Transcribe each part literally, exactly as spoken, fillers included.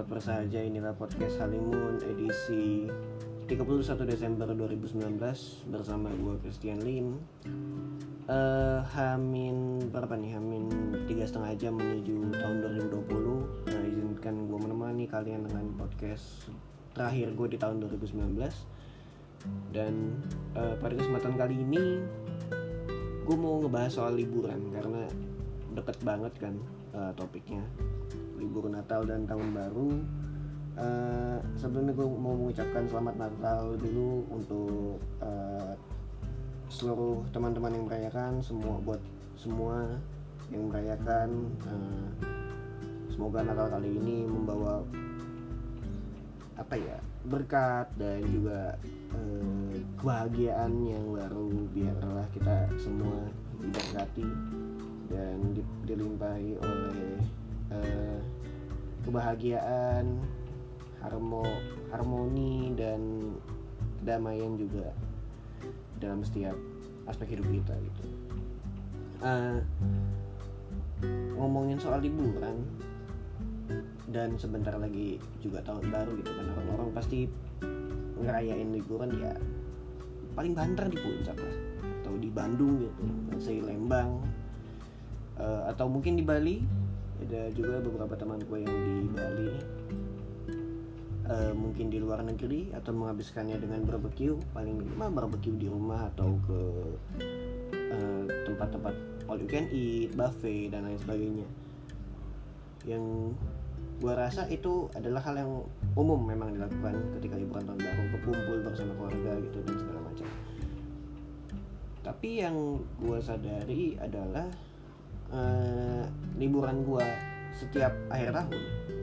Sobat Persahaja, inilah podcast Halimun edisi tiga puluh satu Desember dua ribu sembilan belas bersama gue Christian Lim. uh, Hamin berapa nih? Hamin tiga setengah jam menuju tahun dua ribu dua puluh. Nah, izinkan gue menemani kalian dengan podcast terakhir gue di tahun dua ribu sembilan belas. Dan uh, pada kesempatan kali ini gue mau ngebahas soal liburan karena deket banget kan uh, topiknya, libur Natal dan Tahun Baru. Uh, sebelumnya gue mau mengucapkan selamat Natal dulu untuk uh, seluruh teman-teman yang merayakan, semua buat semua yang merayakan. Uh, semoga Natal kali ini membawa apa ya berkat dan juga uh, kebahagiaan yang baru. Biarlah kita semua diberkati dan dilimpahi oleh uh, kebahagiaan, harmo, harmoni dan kedamaian juga dalam setiap aspek hidup kita gitu. Uh, ngomongin soal liburan dan sebentar lagi juga tahun baru gitu kan, orang-orang pasti ngerayain liburan ya paling banter di puncak lah, atau di Bandung gitu, di Lembang. Uh, atau mungkin di Bali, ada juga beberapa teman gue yang di Bali. Uh, mungkin di luar negeri atau menghabiskannya dengan barbecue, paling minimal barbecue di rumah atau ke uh, tempat-tempat all you can eat, buffet dan lain sebagainya. Yang gue rasa itu adalah hal yang umum memang dilakukan ketika liburan tahun baru, berkumpul bersama keluarga gitu dan segala macam. Tapi yang gue sadari adalah Uh, liburan gue setiap akhir tahun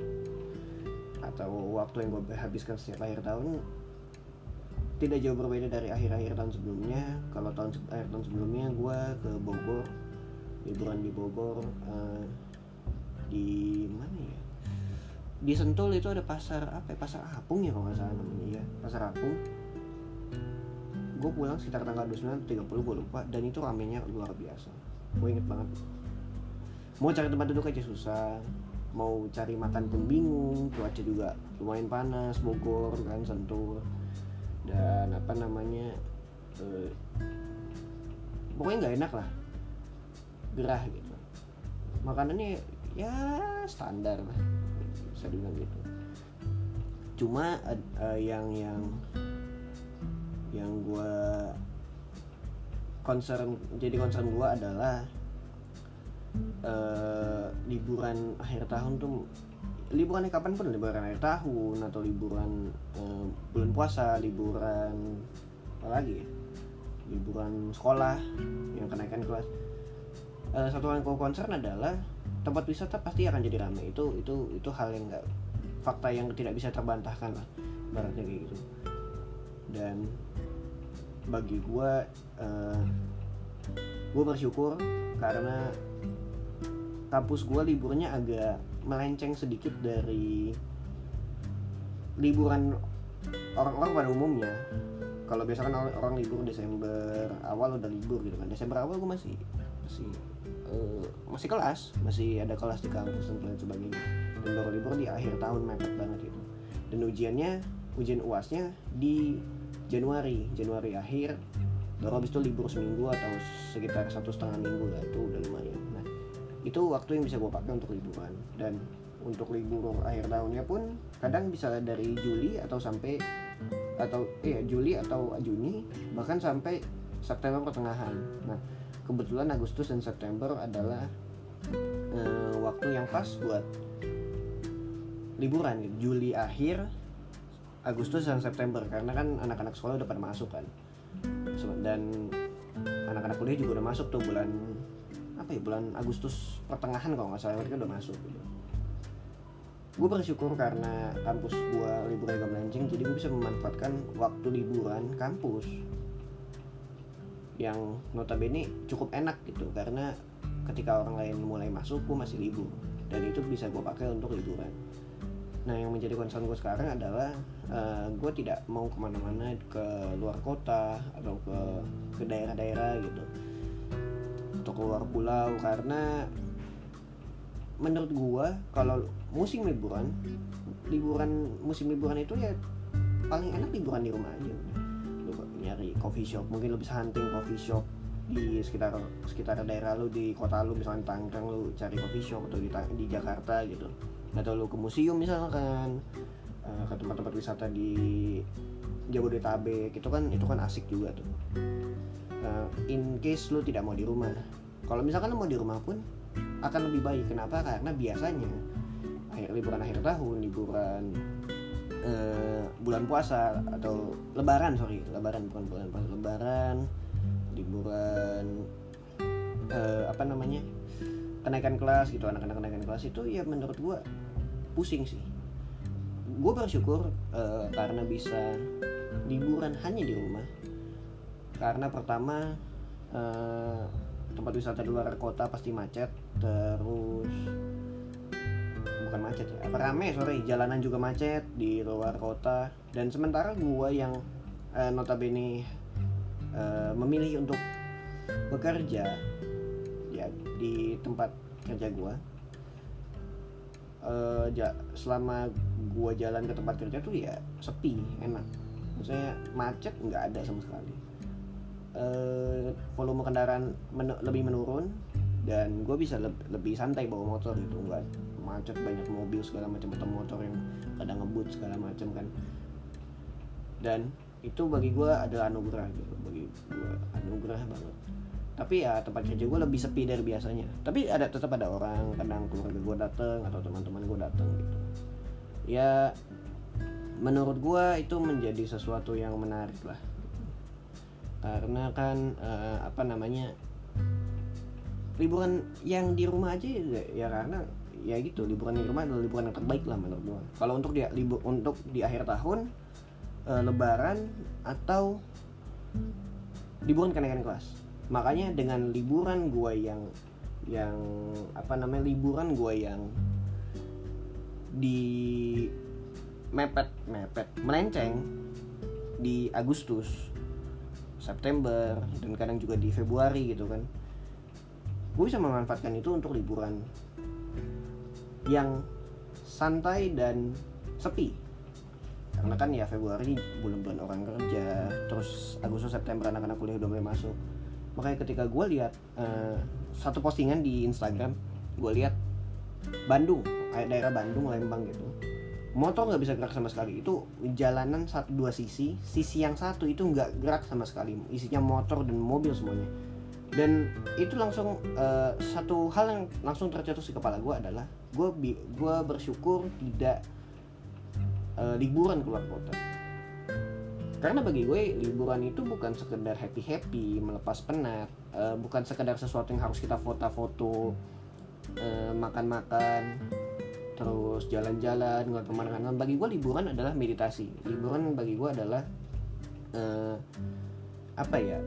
atau waktu yang gue habiskan setiap akhir tahun tidak jauh berbeda dari akhir-akhir tahun sebelumnya. Kalau tahun akhir tahun sebelumnya gue ke Bogor, liburan di Bogor, uh, di mana ya? Di Sentul itu ada pasar apa ya? Pasar Apung ya kalau nggak salah namanya ya, pasar Apung. Gue pulang sekitar tanggal dua puluh sembilan tiga puluh, gue lupa, dan itu ramenya luar biasa. Gue inget banget, mau cari tempat duduk aja susah, mau cari makan pun bingung, cuaca juga lumayan panas, Bogor kan, Sentul, dan apa namanya eh, pokoknya nggak enak lah, gerah gitu. Makanannya ya standar lah, bisa dibilang gitu. Cuma uh, yang yang yang gue concern, jadi concern gue adalah Uh, liburan akhir tahun tuh, liburannya kapan pun, liburan akhir tahun atau liburan uh, bulan puasa, liburan apa lagi ya? Liburan sekolah yang kenaikan kelas. Uh, satu hal yang gue concern adalah tempat wisata pasti akan jadi ramai. Itu itu itu hal yang nggak, fakta yang tidak bisa terbantahkan lah, baratnya kayak gitu. Dan bagi gue, uh, gue bersyukur karena kampus gue liburnya agak melenceng sedikit dari liburan orang-orang pada umumnya. Kalau biasa kan orang, orang libur Desember awal udah libur gitu kan. Desember awal gue masih masih uh, masih kelas, masih ada kelas di kampus dan lain sebagainya. Dan baru libur di akhir tahun, mepet banget itu. Dan ujiannya, ujian U A S-nya di Januari, Januari akhir. Baru habis itu libur seminggu atau sekitar satu setengah minggu lah, itu udah lumayan. Nah, itu waktu yang bisa gue pakai untuk liburan. Dan untuk libur akhir tahunnya pun kadang bisa dari Juli atau sampai atau iya Juli atau Juni, bahkan sampai September pertengahan. Nah, kebetulan Agustus dan September adalah eh, waktu yang pas buat liburan gitu. Juli akhir, Agustus dan September, karena kan anak-anak sekolah udah pada masuk kan, dan anak-anak kuliah juga udah masuk tuh bulan apa ya, bulan Agustus pertengahan kalau nggak salah, mereka udah masuk gitu. Gue bersyukur karena kampus gue liburnya agak melenceng, jadi gue bisa memanfaatkan waktu liburan kampus yang notabene cukup enak gitu, karena ketika orang lain mulai masuk gue masih libur, dan itu bisa gue pakai untuk liburan. Nah, yang menjadi concern gue sekarang adalah uh, gue tidak mau kemana-mana ke luar kota atau ke ke daerah-daerah gitu, atau keluar pulau, karena menurut gua kalau musim liburan liburan musim liburan itu ya paling enak liburan di rumah aja. Lu nyari coffee shop, mungkin lu bisa hunting coffee shop di sekitar sekitar daerah lu, di kota lu, misalnya Tangerang lu cari coffee shop, atau di, di Jakarta gitu, atau lu ke museum misalkan, uh, ke tempat-tempat wisata di Jabodetabek itu kan itu kan asik juga tuh. Uh, in case lu tidak mau di rumah, kalau misalkan lu mau di rumah pun akan lebih baik. Kenapa? Karena biasanya akhir liburan akhir tahun, liburan uh, bulan puasa atau lebaran sorry lebaran bukan bulan puasa lebaran liburan uh, apa namanya kenaikan kelas gitu, anak-anak kenaikan kelas itu ya menurut gue pusing sih. Gue bersyukur uh, karena bisa liburan hanya di rumah, karena pertama uh, tempat wisata di luar kota pasti macet, terus bukan macet ya, apa rame sorry jalanan juga macet di luar kota. Dan sementara gue yang uh, notabene Uh, memilih untuk bekerja ya di tempat kerja gue, uh, ja, selama gue jalan ke tempat kerja tuh ya sepi, enak, maksudnya macet nggak ada sama sekali, uh, volume kendaraan men- lebih menurun, dan gue bisa le- lebih santai bawa motor gitu, nggak macet banyak mobil segala macam atau motor yang kadang ngebut segala macam kan. Dan itu bagi gue adalah anugerah gitu, bagi gue anugerah banget. Tapi ya tempat kerja gue lebih sepi dari biasanya, tapi ada tetap ada orang, kadang keluarga gue datang atau teman-teman gue datang gitu. Ya menurut gue itu menjadi sesuatu yang menarik lah, karena kan uh, apa namanya liburan yang di rumah aja ya, ya karena ya gitu, liburan di rumah adalah liburan yang terbaik lah menurut gue. Kalau untuk dia libur untuk di akhir tahun, Uh, lebaran atau liburan kenaikan kelas. Makanya dengan liburan gue yang yang apa namanya liburan gue yang di mepet mepet melenceng di Agustus, September, dan kadang juga di Februari gitu kan, gue bisa memanfaatkan itu untuk liburan yang santai dan sepi. Karena kan ya Februari bulan-bulan orang kerja, terus Agustus September anak-anak kuliah udah mulai masuk. Makanya ketika gue lihat uh, satu postingan di Instagram, gue lihat Bandung, daerah Bandung, Lembang gitu, motor nggak bisa gerak sama sekali. Itu jalanan satu dua sisi, sisi yang satu itu nggak gerak sama sekali, isinya motor dan mobil semuanya. Dan itu langsung uh, satu hal yang langsung tercetus di kepala gue adalah gue gue bersyukur tidak Uh, liburan keluar kota. Karena bagi gue liburan itu bukan sekedar happy-happy, melepas penat, uh, bukan sekedar sesuatu yang harus kita foto-foto, uh, makan-makan, terus jalan-jalan, ngeliat pemandangan. Bagi gue liburan adalah meditasi. Liburan bagi gue adalah uh, apa ya?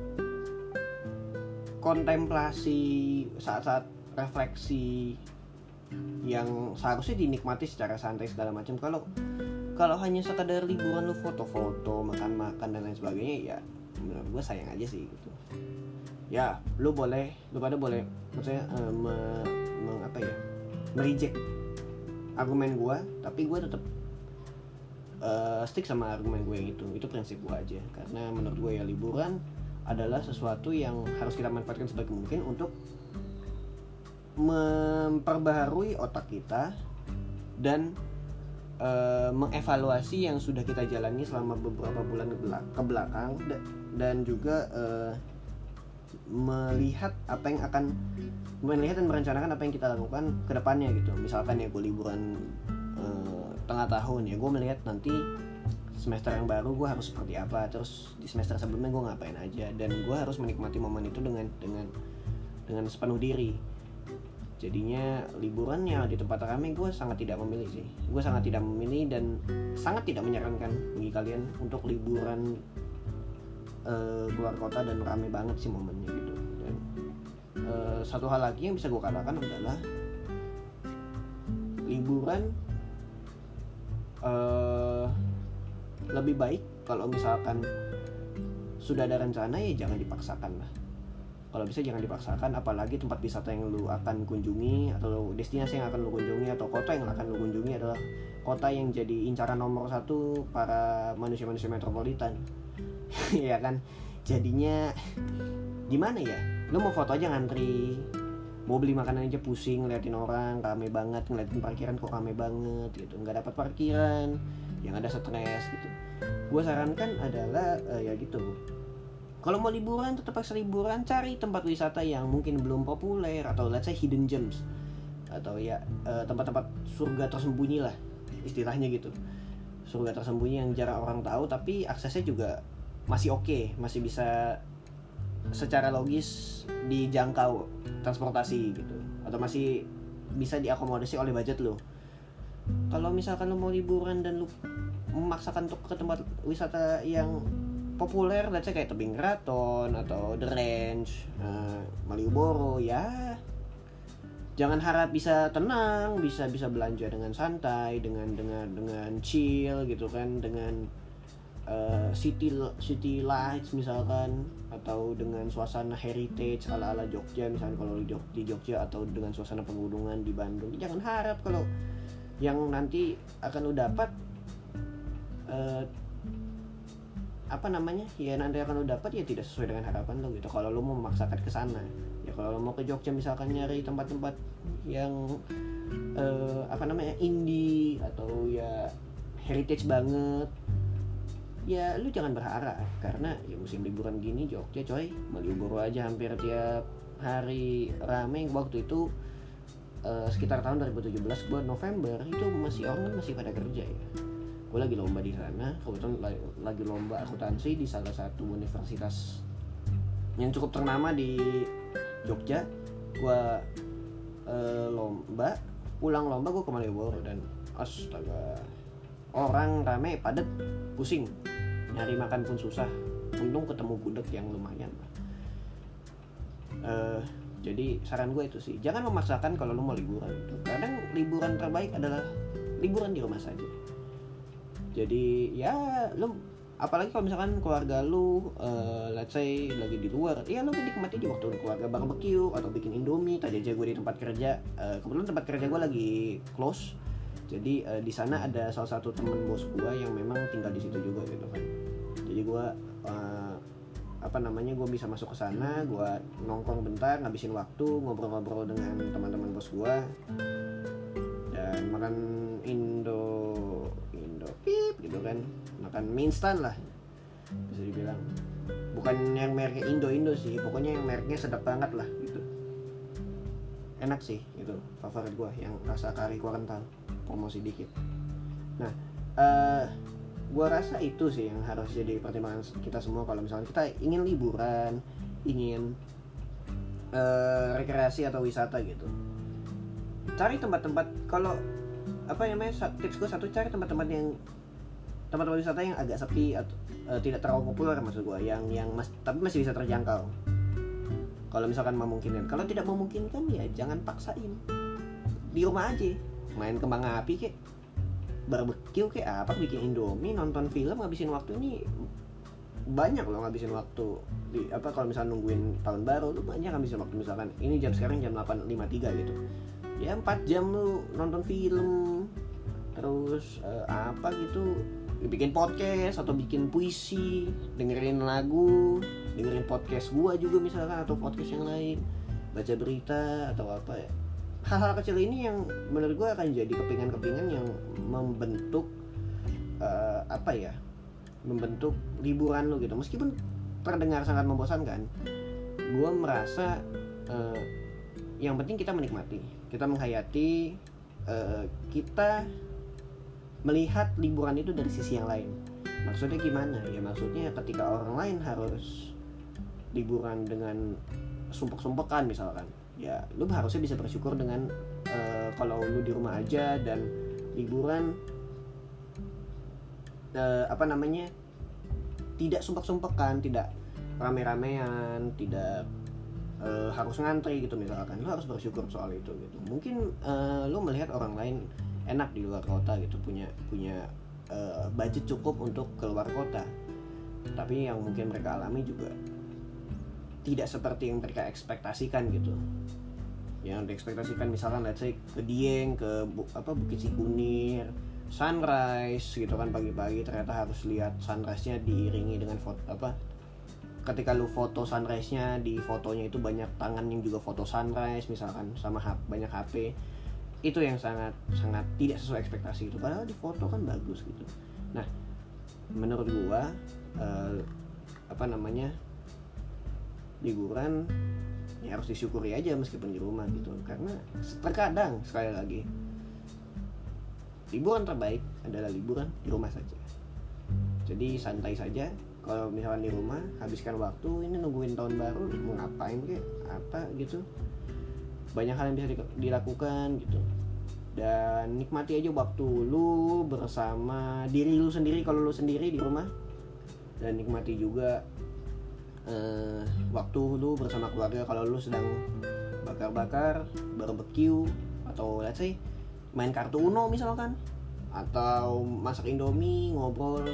kontemplasi, saat-saat refleksi yang seharusnya dinikmati secara santai segala macam. Kalau kalau hanya sekadar liburan lu foto-foto, makan-makan dan lain sebagainya, ya menurut gue sayang aja sih gitu. Ya lu boleh, lu pada boleh, maksudnya uh, me, me, apa ya, mereject argumen gue, tapi gue tetap uh, stick sama argumen gue yang itu. Itu prinsip gue aja. Karena menurut gue ya liburan adalah sesuatu yang harus kita manfaatkan sebaik mungkin untuk memperbaharui otak kita dan Uh, mengevaluasi yang sudah kita jalani selama beberapa bulan ke belakang, dan juga uh, melihat apa yang akan melihat dan merencanakan apa yang kita lakukan ke depannya gitu. Misalkan ya gue liburan uh, tengah tahun, ya gue melihat nanti semester yang baru gue harus seperti apa, terus di semester sebelumnya gue ngapain aja, dan gue harus menikmati momen itu dengan dengan dengan sepenuh diri. Jadinya liburannya di tempat ramai gue sangat tidak memilih sih. Gue sangat tidak memilih dan sangat tidak menyarankan bagi kalian untuk liburan uh, keluar kota dan ramai banget sih momennya gitu. Dan uh, satu hal lagi yang bisa gue katakan adalah liburan uh, lebih baik kalau misalkan sudah ada rencana, ya jangan dipaksakan lah. kalau bisa jangan dipaksakan, apalagi tempat wisata yang lu akan kunjungi atau destinasi yang akan lu kunjungi atau kota yang akan lu kunjungi adalah kota yang jadi incaran nomor satu para manusia-manusia metropolitan. Ya kan, jadinya gimana ya, lu mau foto aja ngantri, mau beli makanan aja pusing ngeliatin orang rame banget, ngeliatin parkiran kok rame banget gitu, nggak dapat parkiran, yang ada stres gitu. Gue sarankan adalah uh, ya gitu, kalau mau liburan tetap paksa liburan, cari tempat wisata yang mungkin belum populer atau let's say hidden gems atau ya uh, tempat-tempat surga tersembunyi lah istilahnya gitu, surga tersembunyi yang jarang orang tahu tapi aksesnya juga masih oke, okay, masih bisa secara logis dijangkau transportasi gitu, atau masih bisa diakomodasi oleh budget lo. Kalau misalkan lo mau liburan dan lo memaksakan untuk ke tempat wisata yang populer, let's say kayak Tebing Keraton atau The Range, uh, Malioboro, ya jangan harap bisa tenang, bisa bisa belanja dengan santai, dengan dengan dengan chill gitu kan, dengan uh, city city lights misalkan, atau dengan suasana heritage ala-ala Jogja misalkan kalau di Jogja, di Jogja atau dengan suasana pegunungan di Bandung. Jangan harap kalau yang nanti akan lo dapat uh, apa namanya ya nanti akan lo dapat ya tidak sesuai dengan harapan lo gitu kalau lo mau memaksakan ke sana. Ya kalau lo mau ke Jogja misalkan nyari tempat-tempat yang uh, apa namanya indie atau ya heritage banget, ya lu jangan berharap, karena ya musim liburan gini Jogja coy, Malioboro aja hampir tiap hari rame. Waktu itu uh, sekitar tahun dua ribu tujuh belas bulan November itu masih orang kan masih pada kerja ya. Gue lagi lomba di sana, kebetulan lagi lomba akuntansi di salah satu universitas yang cukup ternama di Jogja. Gue uh, lomba, pulang lomba gue ke Malioboro dan astaga, orang rame, padat, pusing, nyari makan pun susah. Untung ketemu gudeg yang lumayan lah. Uh, jadi saran gue itu sih, jangan memaksakan kalau lu mau liburan gitu. Kadang liburan terbaik adalah liburan di rumah saja. Jadi ya lu, apalagi kalau misalkan keluarga lu uh, let's say lagi di luar, ya lu nikmati di waktu keluarga barbecue atau bikin indomie. Tadi aja gue di tempat kerja, uh, kebetulan tempat kerja gue lagi close. Jadi uh, di sana ada salah satu temen bos gue yang memang tinggal di situ juga gitu kan. Jadi gue uh, apa namanya gue bisa masuk ke sana, gue nongkrong bentar, ngabisin waktu ngobrol-ngobrol dengan teman-teman bos gue dan makan Indo Indo pip gitu kan, makan mie instan lah bisa dibilang. Bukan yang mereknya Indo-Indo sih, pokoknya yang mereknya sedap banget lah gitu. Enak sih itu, favorit gue yang rasa kari kuah kental, promosi dikit. Nah uh, gue rasa itu sih yang harus jadi pertimbangan kita semua kalau misalnya kita ingin liburan, ingin uh, rekreasi atau wisata gitu. Cari tempat-tempat, kalau apa namanya, tips gue satu, cari tempat-tempat yang tempat-tempat wisata yang agak sepi atau uh, tidak terlalu populer maksud gue, yang yang mas, tapi masih bisa terjangkau. Kalau misalkan memungkinkan, kalau tidak memungkinkan ya jangan paksain, di rumah aja, main kembang api kek, barbecue kayak apa, bikin indomie, nonton film, ngabisin waktu. Ini banyak loh ngabisin waktu di apa, kalau misalnya nungguin tahun baru lu banyak ngabisin waktu. Misalkan ini jam sekarang jam delapan lima puluh tiga gitu, ya empat jam lu nonton film, terus uh, apa gitu, bikin podcast atau bikin puisi, dengerin lagu, dengerin podcast gua juga misalkan atau podcast yang lain, baca berita atau apa ya. Hal-hal kecil ini yang menurut gue akan jadi kepingan-kepingan yang membentuk uh, apa ya, membentuk liburan lo gitu. Meskipun terdengar sangat membosankan, gue merasa uh, yang penting kita menikmati, kita menghayati, uh, kita melihat liburan itu dari sisi yang lain. Maksudnya gimana? Ya maksudnya ketika orang lain harus liburan dengan sumpek-sumpekan misalkan, ya lu harusnya bisa bersyukur dengan uh, kalau lu di rumah aja dan liburan uh, apa namanya, tidak sumpek-sumpekan, tidak rame-ramean, tidak uh, harus ngantri gitu misalkan. Lu harus bersyukur soal itu gitu. Mungkin uh, lu melihat orang lain enak di luar kota gitu, punya punya uh, budget cukup untuk keluar kota, tapi yang mungkin mereka alami juga tidak seperti yang mereka ekspektasikan gitu. Yang diekspektasikan misalkan let's say ke Dieng, ke bu, apa Bukit Sikunir, sunrise gitu kan pagi-pagi, ternyata harus lihat sunrise-nya diiringi dengan foto apa ketika lu foto sunrise-nya, di fotonya itu banyak tangan yang juga foto sunrise misalkan sama H P, banyak H P. Itu yang sangat sangat tidak sesuai ekspektasi itu, padahal di foto kan bagus gitu. Nah, menurut gua eh, apa namanya liburan ya harus disyukuri aja meskipun di rumah gitu, karena terkadang sekali lagi liburan terbaik adalah liburan di rumah saja. Jadi santai saja kalau misalkan di rumah, habiskan waktu ini nungguin tahun baru, mau ngapain kek apa gitu, banyak hal yang bisa dilakukan gitu. Dan nikmati aja waktu lu bersama diri lu sendiri kalau lu sendiri di rumah, dan nikmati juga Uh, waktu lu bersama keluarga kalau lu sedang bakar-bakar, barbecue, atau let's say main kartu Uno misalkan, atau masak Indomie, ngobrol,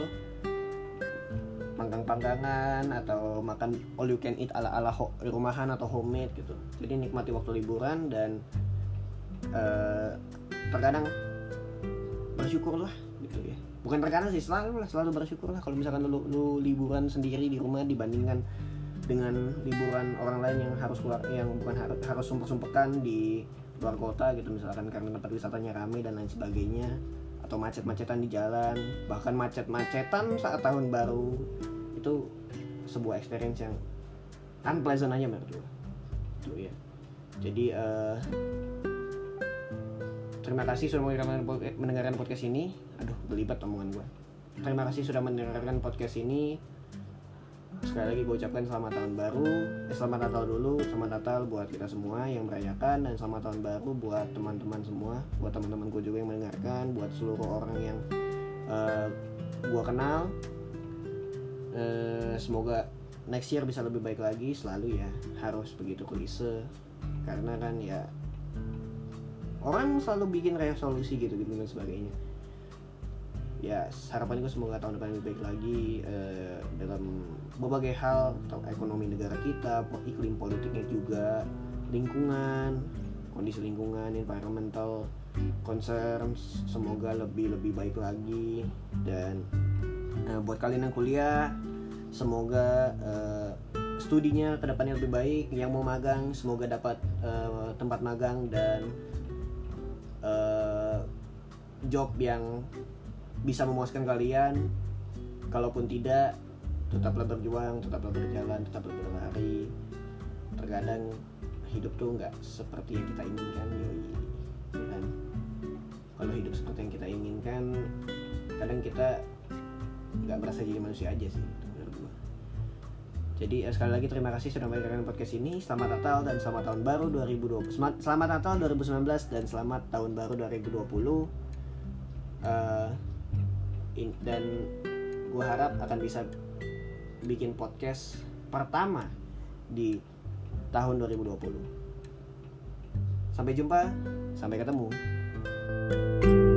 panggang-panggangan, atau makan all you can eat ala-ala ho- rumahan atau homemade gitu. Jadi nikmati waktu liburan dan uh, terkadang bersyukurlah gitu ya. Bukan terkadang sih, selalu lah, selalu bersyukur lah kalau misalkan lu, lu liburan sendiri di rumah dibandingkan dengan liburan orang lain yang harus keluar, yang bukan harus harus sumpek-sumpekan di luar kota gitu misalkan karena tempat wisatanya ramai dan lain sebagainya, atau macet-macetan di jalan, bahkan macet-macetan saat tahun baru. Itu sebuah experience yang unpleasant aja menurut gue tuh ya. Jadi uh, terima kasih sudah mendengarkan podcast ini. Aduh, belibet omongan gue. Terima kasih sudah mendengarkan podcast ini. Sekali lagi gue ucapkan selamat tahun baru. Eh, selamat Natal dulu. Selamat Natal buat kita semua yang merayakan, dan selamat tahun baru buat teman-teman semua, buat teman-teman gue juga yang mendengarkan, buat seluruh orang yang uh, gue kenal. Uh, semoga next year bisa lebih baik lagi. Selalu ya harus begitu klise, karena kan ya orang selalu bikin resolusi gitu gitu dan sebagainya. Ya harapan gue semoga tahun depan lebih baik lagi eh, dalam berbagai hal, atau ekonomi negara kita, iklim politiknya juga, lingkungan, kondisi lingkungan, environmental concerns, semoga lebih lebih baik lagi. Dan eh, buat kalian yang kuliah, semoga eh, studinya kedepannya lebih baik. Yang mau magang semoga dapat eh, tempat magang dan Uh, job yang bisa memuaskan kalian. Kalaupun tidak, tetaplah berjuang, tetaplah berjalan, tetaplah berlari. Terkadang hidup tuh nggak seperti yang kita inginkan, yoi, kan? Kalau hidup seperti yang kita inginkan, kadang kita nggak merasa jadi manusia aja sih. Jadi sekali lagi terima kasih sudah mendengarkan podcast ini. Selamat Natal dan selamat tahun baru dua ribu dua puluh. Selamat Natal dua ribu sembilan belas dan selamat tahun baru dua ribu dua puluh. Uh, in, dan gue harap akan bisa bikin podcast pertama di tahun dua ribu dua puluh. Sampai jumpa, sampai ketemu.